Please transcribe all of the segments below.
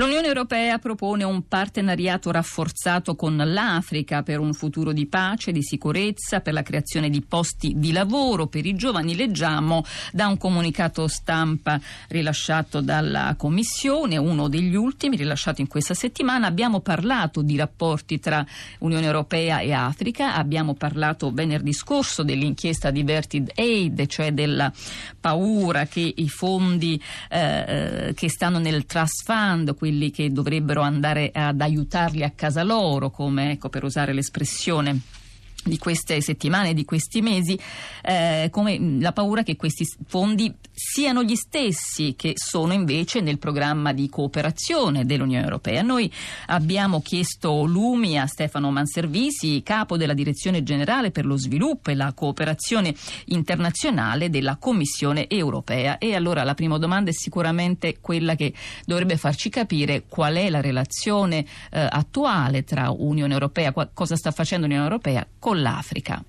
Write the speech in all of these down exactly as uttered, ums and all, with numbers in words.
L'Unione Europea propone un partenariato rafforzato con l'Africa per un futuro di pace, di sicurezza, per la creazione di posti di lavoro per i giovani. Leggiamo da un comunicato stampa rilasciato dalla Commissione, uno degli ultimi rilasciato in questa settimana. Abbiamo parlato di rapporti tra Unione Europea e Africa, abbiamo parlato venerdì scorso dell'inchiesta di Diverted Aid, cioè della paura che i fondi eh, che stanno nel Trust Fund, quelli che dovrebbero andare ad aiutarli a casa loro, come, ecco, per usare l'espressione di queste settimane, di questi mesi, eh, come la paura che questi fondi siano gli stessi che sono invece nel programma di cooperazione dell'Unione Europea. Noi abbiamo chiesto lumi a Stefano Manservisi, capo della Direzione Generale per lo Sviluppo e la Cooperazione Internazionale della Commissione Europea. E allora la prima domanda è sicuramente quella che dovrebbe farci capire qual è la relazione eh, attuale tra Unione Europea, qua, cosa sta facendo l'Unione Europea con l'Africa.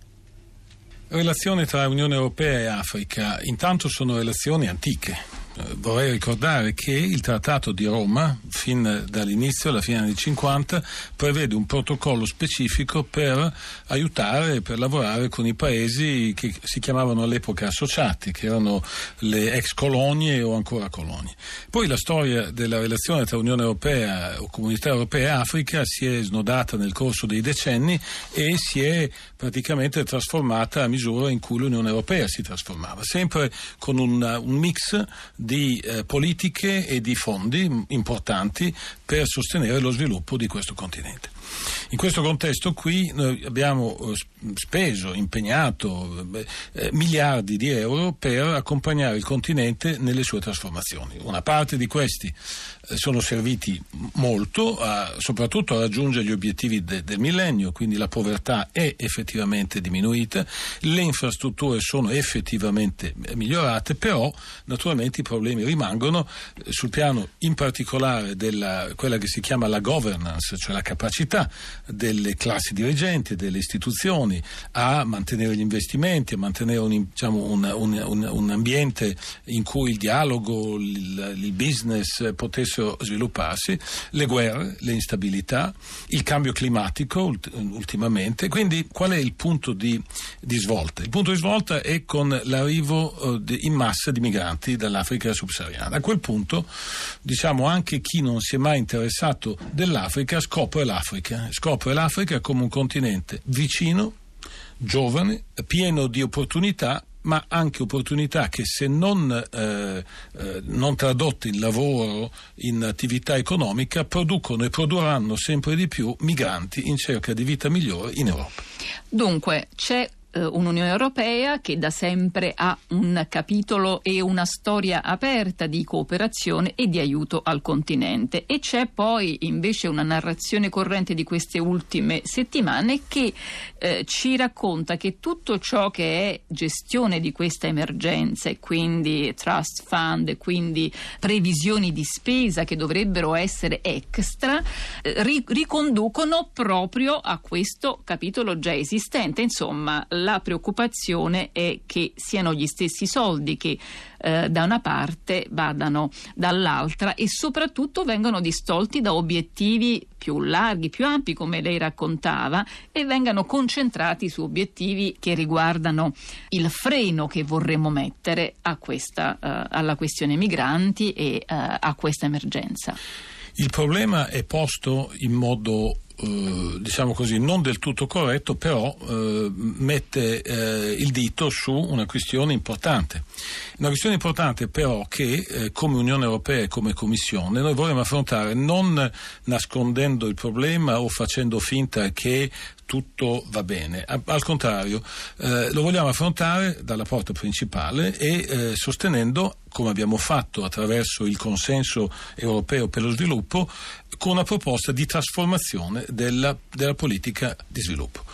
Relazioni tra Unione Europea e Africa intanto sono relazioni antiche. Vorrei ricordare che il Trattato di Roma, fin dall'inizio, alla fine degli anni cinquanta, prevede un protocollo specifico per aiutare, per lavorare con i paesi che si chiamavano all'epoca associati, che erano le ex colonie o ancora colonie. Poi la storia della relazione tra Unione Europea o Comunità Europea e Africa si è snodata nel corso dei decenni e si è praticamente trasformata a misura in cui l'Unione Europea si trasformava, sempre con un, un mix di eh, politiche e di fondi importanti per sostenere lo sviluppo di questo continente. In questo contesto qui noi abbiamo eh, speso, impegnato eh, miliardi di euro per accompagnare il continente nelle sue trasformazioni. Una parte di questi eh, sono serviti molto, a, soprattutto a raggiungere gli obiettivi de, del millennio, quindi la povertà è effettivamente diminuita, le infrastrutture sono effettivamente migliorate, però naturalmente i problemi rimangono eh, sul piano in particolare della quella che si chiama la governance, cioè la capacità delle classi dirigenti, delle istituzioni a mantenere gli investimenti, a mantenere un, diciamo, un, un, un, un ambiente in cui il dialogo, il, il business potessero svilupparsi, le guerre, le instabilità, il cambio climatico ultimamente. Quindi qual è il punto di, di svolta? Il punto di svolta è con l'arrivo uh, in massa di migranti dall'Africa subsahariana. A quel punto, diciamo, anche chi non si è mai interessato dell'Africa scopre l'Africa, scopre l'Africa come un continente vicino, giovane, pieno di opportunità, ma anche opportunità che, se non, eh, eh, non tradotte in lavoro, in attività economica, producono e produrranno sempre di più migranti in cerca di vita migliore in Europa. Dunque c'è un'Unione Europea che da sempre ha un capitolo e una storia aperta di cooperazione e di aiuto al continente, e c'è poi invece una narrazione corrente di queste ultime settimane che eh, ci racconta che tutto ciò che è gestione di questa emergenza, e quindi trust fund, e quindi previsioni di spesa che dovrebbero essere extra, eh, ri- riconducono proprio a questo capitolo già esistente. Insomma, la preoccupazione è che siano gli stessi soldi che eh, da una parte vadano dall'altra, e soprattutto vengano distolti da obiettivi più larghi, più ampi, come lei raccontava, e vengano concentrati su obiettivi che riguardano il freno che vorremmo mettere a questa, uh, alla questione migranti e uh, a questa emergenza. Il problema è posto in modo Uh, diciamo così, non del tutto corretto, però uh, mette uh, il dito su una questione importante. Una questione importante però che uh, come Unione Europea e come Commissione noi vorremmo affrontare non nascondendo il problema o facendo finta che tutto va bene. Al contrario, eh, lo vogliamo affrontare dalla porta principale e eh, sostenendo, come abbiamo fatto attraverso il consenso europeo per lo sviluppo, con una proposta di trasformazione della, della politica di sviluppo.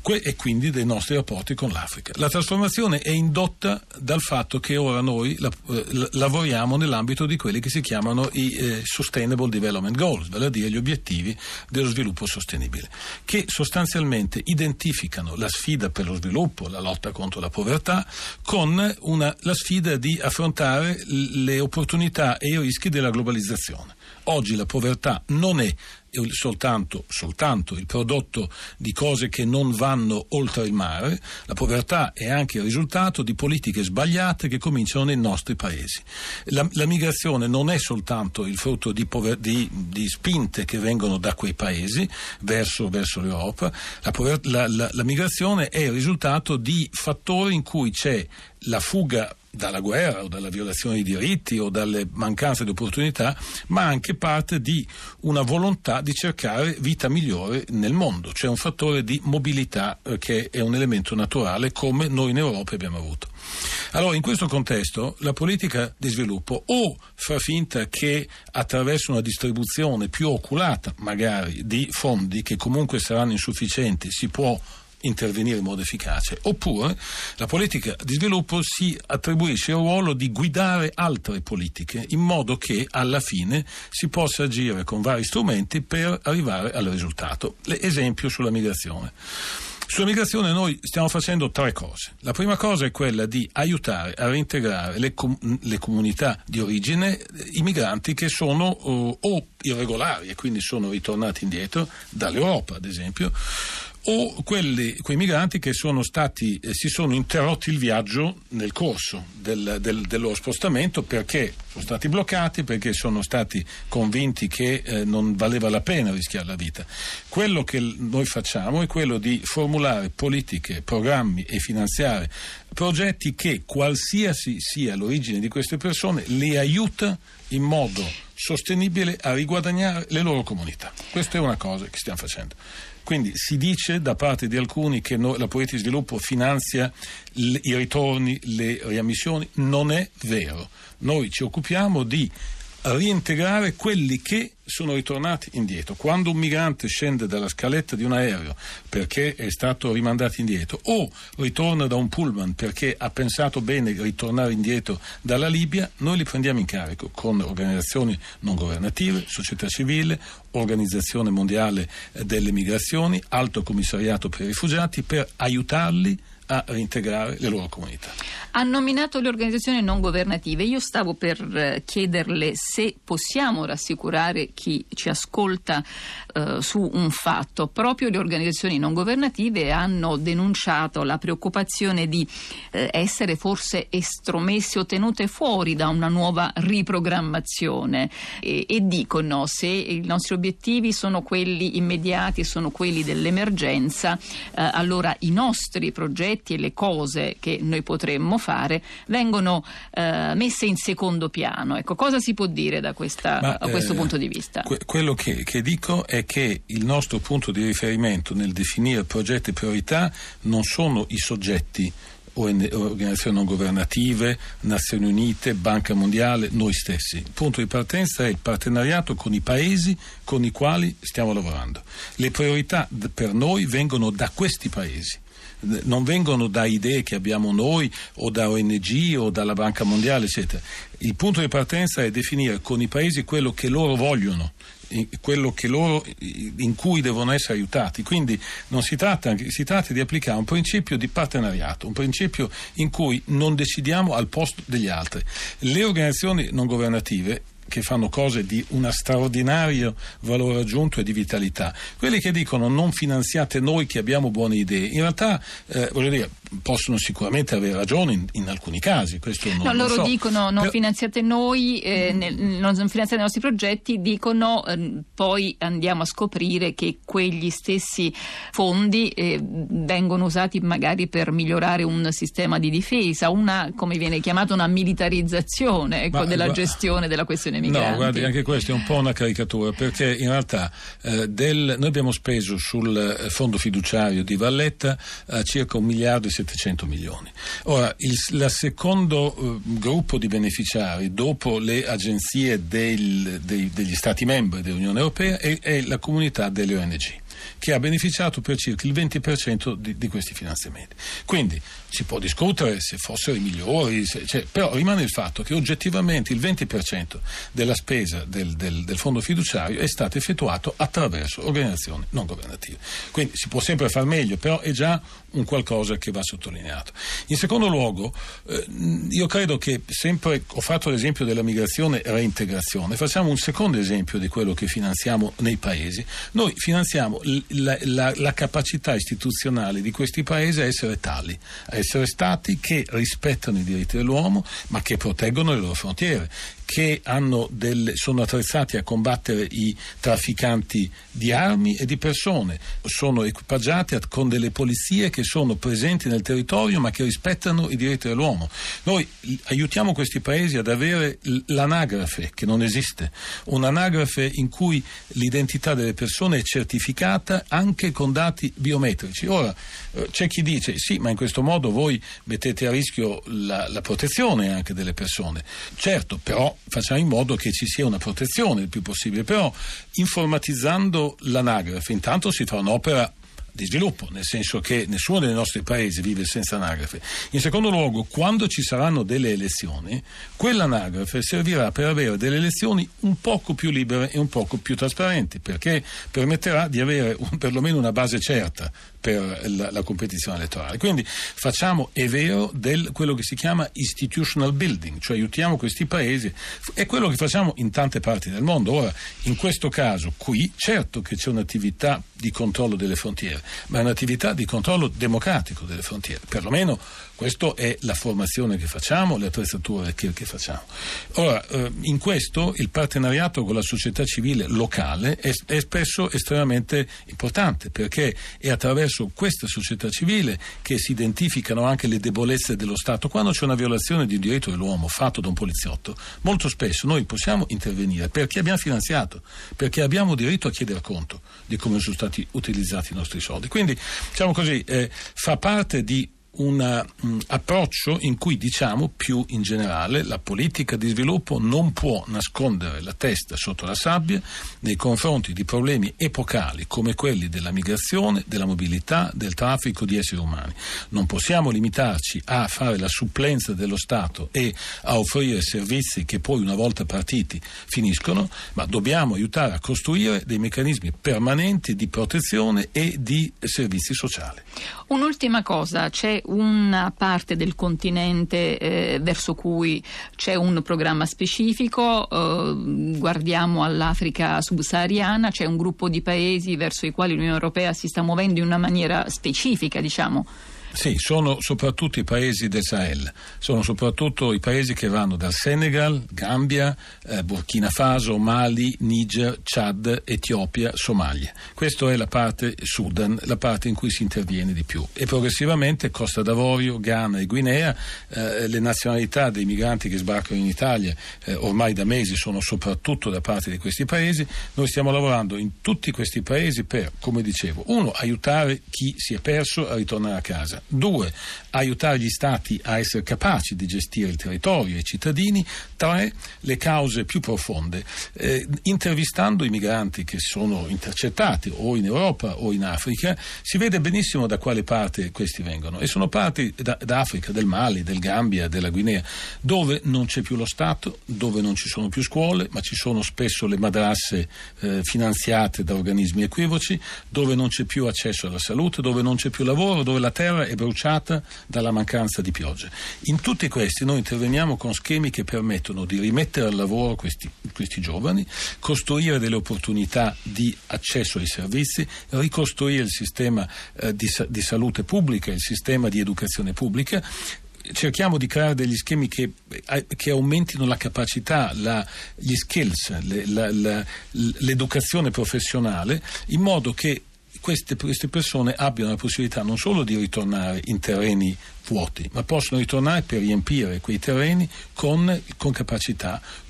e quindi dei nostri rapporti con l'Africa. La trasformazione è indotta dal fatto che ora noi la, eh, lavoriamo nell'ambito di quelli che si chiamano i eh, Sustainable Development Goals, vale a dire gli obiettivi dello sviluppo sostenibile, che sostanzialmente identificano la sfida per lo sviluppo, la lotta contro la povertà, con una, la sfida di affrontare le opportunità e i rischi della globalizzazione. Oggi la povertà non è soltanto, soltanto il prodotto di cose che non vanno oltre il mare, la povertà è anche il risultato di politiche sbagliate che cominciano nei nostri paesi. La, la migrazione non è soltanto il frutto di, pover, di, di spinte che vengono da quei paesi verso, verso l'Europa, la, pover, la, la, la migrazione è il risultato di fattori in cui c'è la fuga dalla guerra o dalla violazione dei diritti o dalle mancanze di opportunità, ma anche parte di una volontà di cercare vita migliore nel mondo. C'è un fattore di mobilità eh, che è un elemento naturale, come noi in Europa abbiamo avuto. Allora, in questo contesto la politica di sviluppo o fa finta che attraverso una distribuzione più oculata magari di fondi, che comunque saranno insufficienti, si può intervenire in modo efficace, oppure la politica di sviluppo si attribuisce il ruolo di guidare altre politiche in modo che alla fine si possa agire con vari strumenti per arrivare al risultato. Esempio sulla migrazione. Sulla migrazione noi stiamo facendo tre cose. La prima cosa è quella di aiutare a reintegrare le, com- le comunità di origine, i migranti che sono uh, o irregolari e quindi sono ritornati indietro dall'Europa, ad esempio, o quelli, quei migranti che sono stati, eh, si sono interrotti il viaggio nel corso del, del, del loro spostamento perché sono stati bloccati, perché sono stati convinti che eh, non valeva la pena rischiare la vita. Quello che noi facciamo è quello di formulare politiche, programmi e finanziare progetti che, qualsiasi sia l'origine di queste persone, li aiuta in modo sostenibile a riguadagnare le loro comunità. Questa è una cosa che stiamo facendo. Quindi si dice da parte di alcuni che no, la politica di sviluppo finanzia le, i ritorni, le riammissioni. Non è vero. Noi ci occupiamo di reintegrare quelli che sono ritornati indietro. Quando un migrante scende dalla scaletta di un aereo perché è stato rimandato indietro o ritorna da un pullman perché ha pensato bene di ritornare indietro dalla Libia, noi li prendiamo in carico con organizzazioni non governative, società civile, Organizzazione Mondiale delle Migrazioni, Alto Commissariato per i Rifugiati, per aiutarli a reintegrare le loro comunità. Ha nominato le organizzazioni non governative. Io stavo per chiederle se possiamo rassicurare chi ci ascolta eh, su un fatto. Proprio le organizzazioni non governative hanno denunciato la preoccupazione di eh, essere forse estromesse o tenute fuori da una nuova riprogrammazione e, e dicono: se i nostri obiettivi sono quelli immediati, sono quelli dell'emergenza, eh, allora i nostri progetti e le cose che noi potremmo fare vengono eh, messe in secondo piano. Ecco, cosa si può dire da questa, Ma, a questo eh, punto di vista? Que- quello che, che dico è che il nostro punto di riferimento nel definire progetti e priorità non sono i soggetti o organizzazioni non governative, Nazioni Unite, Banca Mondiale, noi stessi. Il punto di partenza è il partenariato con i paesi con i quali stiamo lavorando. Le priorità per noi vengono da questi paesi, non vengono da idee che abbiamo noi o da O N G o dalla Banca Mondiale, eccetera. Il punto di partenza è definire con i paesi quello che loro vogliono, quello che loro, in cui devono essere aiutati. Quindi non si tratta, si tratta di applicare un principio di partenariato, un principio in cui non decidiamo al posto degli altri. Le organizzazioni non governative che fanno cose di un straordinario valore aggiunto e di vitalità, quelli che dicono non finanziate noi che abbiamo buone idee, in realtà eh, voglio dire, possono sicuramente avere ragione in, in alcuni casi. Questo non, no, non loro so. dicono non Però... finanziate noi, eh, nel, non finanziate i nostri progetti, dicono eh, poi andiamo a scoprire che quegli stessi fondi eh, vengono usati magari per migliorare un sistema di difesa, una, come viene chiamata, una militarizzazione ecco, Ma, della gu- gestione della questione migranti. No, guardi, anche questo è un po' una caricatura, perché in realtà eh, del, noi abbiamo speso sul fondo fiduciario di Valletta eh, circa un miliardo e settecento milioni. Ora, il la secondo eh, gruppo di beneficiari dopo le agenzie del, dei, degli Stati membri dell'Unione Europea è, è la comunità delle O N G. che ha beneficiato per circa il venti per cento di, di questi finanziamenti. Quindi si può discutere se fossero i migliori, se, cioè, però rimane il fatto che oggettivamente il venti per cento della spesa del, del, del fondo fiduciario è stato effettuato attraverso organizzazioni non governative. Quindi si può sempre far meglio, però è già un qualcosa che va sottolineato. In secondo luogo, eh, io credo che sempre, ho fatto l'esempio della migrazione e reintegrazione, facciamo un secondo esempio di quello che finanziamo nei paesi. Noi finanziamo la, la, la capacità istituzionale di questi paesi a essere tali, a essere stati che rispettano i diritti dell'uomo ma che proteggono le loro frontiere, che hanno delle, sono attrezzati a combattere i trafficanti di armi e di persone, sono equipaggiati a, con delle polizie che sono presenti nel territorio ma che rispettano i diritti dell'uomo. Noi aiutiamo questi paesi ad avere l'anagrafe, che non esiste, un'anagrafe in cui l'identità delle persone è certificata anche con dati biometrici. Ora c'è chi dice sì, ma in questo modo voi mettete a rischio la, la protezione anche delle persone. Certo, però facciamo in modo che ci sia una protezione il più possibile, però informatizzando l'anagrafe intanto si fa un'opera di sviluppo, nel senso che nessuno dei nostri paesi vive senza anagrafe. In secondo luogo, quando ci saranno delle elezioni, quell'anagrafe servirà per avere delle elezioni un poco più libere e un poco più trasparenti, perché permetterà di avere un, perlomeno una base certa per la, la competizione elettorale. Quindi facciamo, è vero, del quello che si chiama institutional building, cioè aiutiamo questi paesi, è quello che facciamo in tante parti del mondo. Ora, in questo caso qui, certo che c'è un'attività di controllo delle frontiere, ma è un'attività di controllo democratico delle frontiere, perlomeno questa è la formazione che facciamo, le attrezzature che, che facciamo. Ora, eh, in questo il partenariato con la società civile locale è, è spesso estremamente importante, perché è attraverso questa società civile che si identificano anche le debolezze dello Stato. Quando c'è una violazione di un diritto dell'uomo fatto da un poliziotto, molto spesso noi possiamo intervenire perché abbiamo finanziato, perché abbiamo diritto a chiedere conto di come sono stati utilizzati i nostri soldi. Quindi, diciamo così, eh, fa parte di un um, approccio in cui diciamo più in generale la politica di sviluppo non può nascondere la testa sotto la sabbia nei confronti di problemi epocali come quelli della migrazione, della mobilità, del traffico di esseri umani. Non possiamo limitarci a fare la supplenza dello Stato e a offrire servizi che poi una volta partiti finiscono, ma dobbiamo aiutare a costruire dei meccanismi permanenti di protezione e di servizi sociali. Un'ultima cosa, c'è una parte del continente eh, verso cui c'è un programma specifico, eh, guardiamo all'Africa subsahariana, c'è un gruppo di paesi verso i quali l'Unione Europea si sta muovendo in una maniera specifica, diciamo. Sì, sono soprattutto i paesi del Sahel, sono soprattutto i paesi che vanno dal Senegal, Gambia, eh, Burkina Faso, Mali, Niger, Chad, Etiopia, Somalia. Questa è la parte Sudan, la parte in cui si interviene di più. E progressivamente Costa d'Avorio, Ghana e Guinea, eh, le nazionalità dei migranti che sbarcano in Italia eh, ormai da mesi sono soprattutto da parte di questi paesi. Noi stiamo lavorando in tutti questi paesi per, come dicevo, uno, aiutare chi si è perso a ritornare a casa. Due, aiutare gli stati a essere capaci di gestire il territorio e i cittadini. Tre, le cause più profonde, eh, intervistando i migranti che sono intercettati o in Europa o in Africa, si vede benissimo da quale parte questi vengono, e sono parti da, da Africa, del Mali, del Gambia, della Guinea, dove non c'è più lo Stato, dove non ci sono più scuole, ma ci sono spesso le madrasse eh, finanziate da organismi equivoci, dove non c'è più accesso alla salute, dove non c'è più lavoro, dove la terra è bruciata dalla mancanza di piogge. In tutti questi noi interveniamo con schemi che permettono di rimettere al lavoro questi, questi giovani, costruire delle opportunità di accesso ai servizi, ricostruire il sistema eh, di, di salute pubblica, il sistema di educazione pubblica. Cerchiamo di creare degli schemi che, che aumentino la capacità, la, gli skills, le, la, la, l'educazione professionale, in modo che Queste, queste persone abbiano la possibilità non solo di ritornare in terreni vuoti, ma possono ritornare per riempire quei terreni con, con capacità,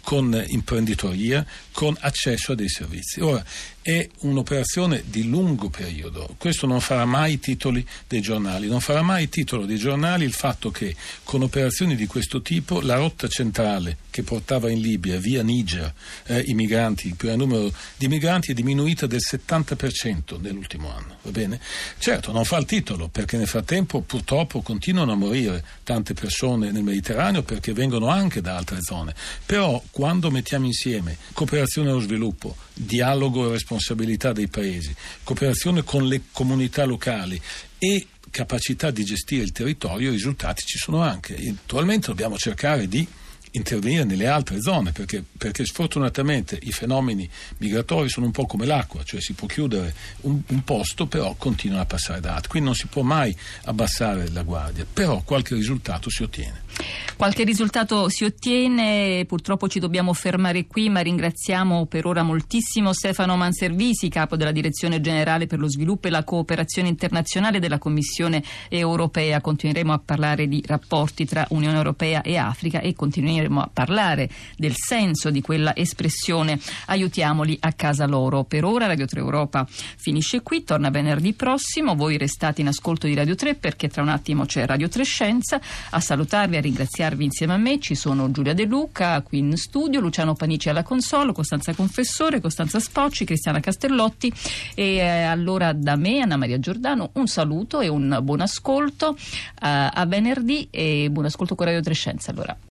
con imprenditoria, con accesso a dei servizi. Ora, è un'operazione di lungo periodo, questo non farà mai titoli dei giornali, non farà mai titolo dei giornali il fatto che con operazioni di questo tipo la rotta centrale che portava in Libia via Niger eh, i migranti, il più grande numero di migranti è diminuita del settanta per cento nell'ultimo anno, va bene? Certo, non fa il titolo perché nel frattempo purtroppo continuano a morire tante persone nel Mediterraneo perché vengono anche da altre zone, però quando mettiamo insieme cooperazione allo sviluppo, dialogo e responsabilità dei paesi, cooperazione con le comunità locali e capacità di gestire il territorio, i risultati ci sono anche. Attualmente dobbiamo cercare di intervenire nelle altre zone perché, perché sfortunatamente i fenomeni migratori sono un po' come l'acqua, cioè si può chiudere un, un posto però continuano a passare da altri, quindi non si può mai abbassare la guardia, però qualche risultato si ottiene. Qualche risultato si ottiene, purtroppo ci dobbiamo fermare qui, ma ringraziamo per ora moltissimo Stefano Manservisi, capo della Direzione Generale per lo Sviluppo e la Cooperazione Internazionale della Commissione Europea. Continueremo a parlare di rapporti tra Unione Europea e Africa e continueremo a parlare del senso di quella espressione aiutiamoli a casa loro. Per ora Radio tre Europa finisce qui, torna venerdì prossimo, voi restate in ascolto di Radio tre perché tra un attimo c'è Radio tre Scienza. A salutarvi, a ringraziarvi insieme a me ci sono Giulia De Luca qui in studio, Luciano Panici alla console, Costanza Confessore, Costanza Spocci, Cristiana Castellotti e eh, allora da me, Anna Maria Giordano, un saluto e un buon ascolto, eh, a venerdì e buon ascolto con Radio tre Scienza allora.